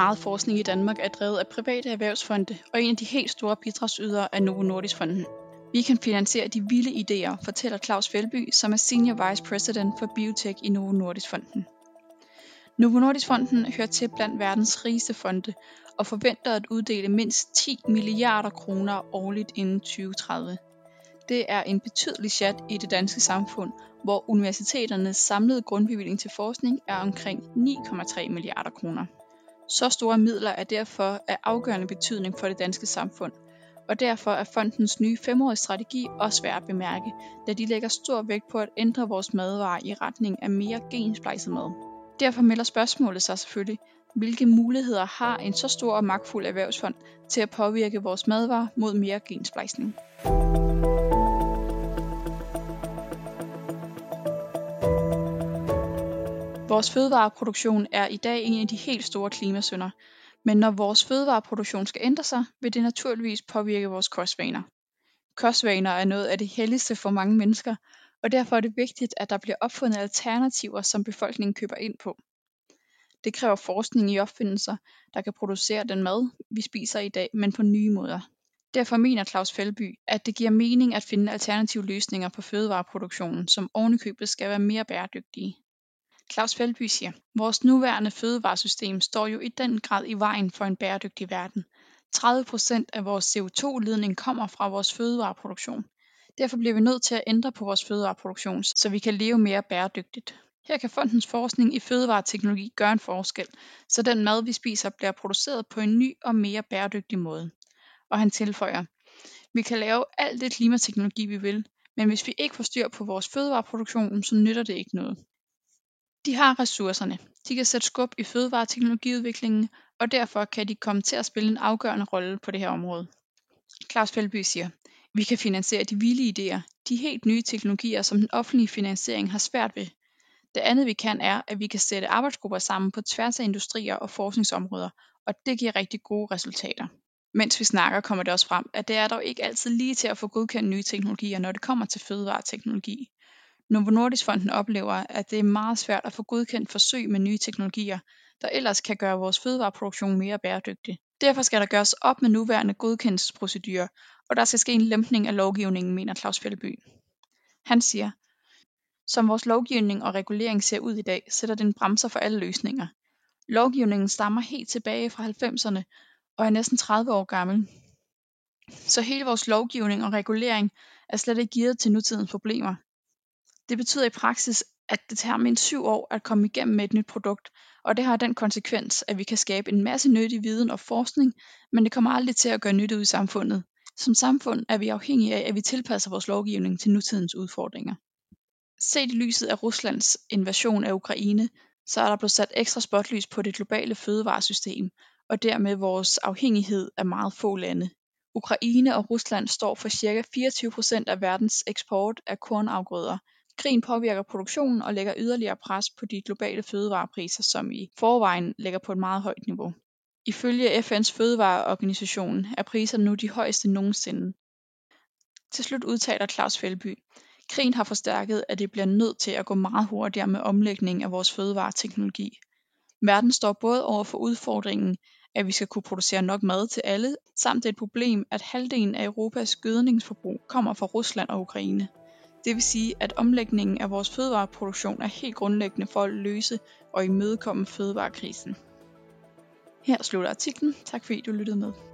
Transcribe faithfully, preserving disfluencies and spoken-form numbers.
Meget forskning i Danmark er drevet af private erhvervsfonde, og en af de helt store bidragsydere er Novo Nordisk Fonden. Vi kan finansiere de vilde idéer, fortæller Claus Felby, som er Senior Vice President for Biotech i Novo Nordisk Fonden. Novo Nordisk Fonden hører til blandt verdens rigeste fonde og forventer at uddele mindst ti milliarder kroner årligt inden tyve tredive. Det er en betydelig chat i det danske samfund, hvor universiteternes samlede grundbevilling til forskning er omkring ni komma tre milliarder kroner. Så store midler er derfor af afgørende betydning for det danske samfund, og derfor er fondens nye femårige strategi også værd at bemærke, da de lægger stor vægt på at ændre vores madvarer i retning af mere gensplejset mad. Derfor melder spørgsmålet sig selvfølgelig, hvilke muligheder har en så stor og magtfuld erhvervsfond til at påvirke vores madvarer mod mere gensplejsning? Vores fødevareproduktion er i dag en af de helt store klimasynder, men når vores fødevareproduktion skal ændre sig, vil det naturligvis påvirke vores kostvaner. Kostvaner er noget af det helligste for mange mennesker, og derfor er det vigtigt, at der bliver opfundet alternativer, som befolkningen køber ind på. Det kræver forskning i opfindelser, der kan producere den mad, vi spiser i dag, men på nye måder. Derfor mener Claus Felby, at det giver mening at finde alternative løsninger på fødevareproduktionen, som ovenikøbet skal være mere bæredygtige. Claus Felby siger, vores nuværende fødevaresystem står jo i den grad i vejen for en bæredygtig verden. tredive procent af vores C O to udledning kommer fra vores fødevareproduktion. Derfor bliver vi nødt til at ændre på vores fødevareproduktion, så vi kan leve mere bæredygtigt. Her kan fondens forskning i fødevareteknologi gøre en forskel, så den mad, vi spiser, bliver produceret på en ny og mere bæredygtig måde. Og han tilføjer, vi kan lave alt det klimateknologi, vi vil, men hvis vi ikke får styr på vores fødevareproduktion, så nytter det ikke noget. De har ressourcerne. De kan sætte skub i fødevareteknologiudviklingen, og derfor kan de komme til at spille en afgørende rolle på det her område. Claus Felby siger, vi kan finansiere de vilde idéer, de helt nye teknologier, som den offentlige finansiering har svært ved. Det andet vi kan er, at vi kan sætte arbejdsgrupper sammen på tværs af industrier og forskningsområder, og det giver rigtig gode resultater. Mens vi snakker, kommer det også frem, at det er dog ikke altid lige til at få godkendt nye teknologier, når det kommer til fødevareteknologi. Novo Nordisk Fonden oplever, at det er meget svært at få godkendt forsøg med nye teknologier, der ellers kan gøre vores fødevareproduktion mere bæredygtig. Derfor skal der gøres op med nuværende godkendelsesprocedurer, og der skal ske en lempning af lovgivningen, mener Claus Felby. Han siger, som vores lovgivning og regulering ser ud i dag, sætter den bremser for alle løsninger. Lovgivningen stammer helt tilbage fra halvfemserne og er næsten tredive år gammel. Så hele vores lovgivning og regulering er slet ikke gearet til nutidens problemer. Det betyder i praksis, at det tager mindst syv år at komme igennem med et nyt produkt, og det har den konsekvens, at vi kan skabe en masse nyttig viden og forskning, men det kommer aldrig til at gøre nytte ud i samfundet. Som samfund er vi afhængige af, at vi tilpasser vores lovgivning til nutidens udfordringer. Set i lyset af Ruslands invasion af Ukraine, så er der blevet sat ekstra spotlys på det globale fødevaresystem, og dermed vores afhængighed af meget få lande. Ukraine og Rusland står for ca. fireogtyve procent af verdens eksport af kornafgrøder. Krigen påvirker produktionen og lægger yderligere pres på de globale fødevarepriser, som i forvejen ligger på et meget højt niveau. Ifølge F N's fødevareorganisation er priserne nu de højeste nogensinde. Til slut udtaler Claus Felby, krigen har forstærket, at det bliver nødt til at gå meget hurtigere med omlægning af vores fødevareteknologi. Verden står både over for udfordringen, at vi skal kunne producere nok mad til alle, samt et problem, at halvdelen af Europas gødningsforbrug kommer fra Rusland og Ukraine. Det vil sige, at omlægningen af vores fødevareproduktion er helt grundlæggende for at løse og imødekomme fødevarekrisen. Her slutter artiklen. Tak fordi du lyttede med.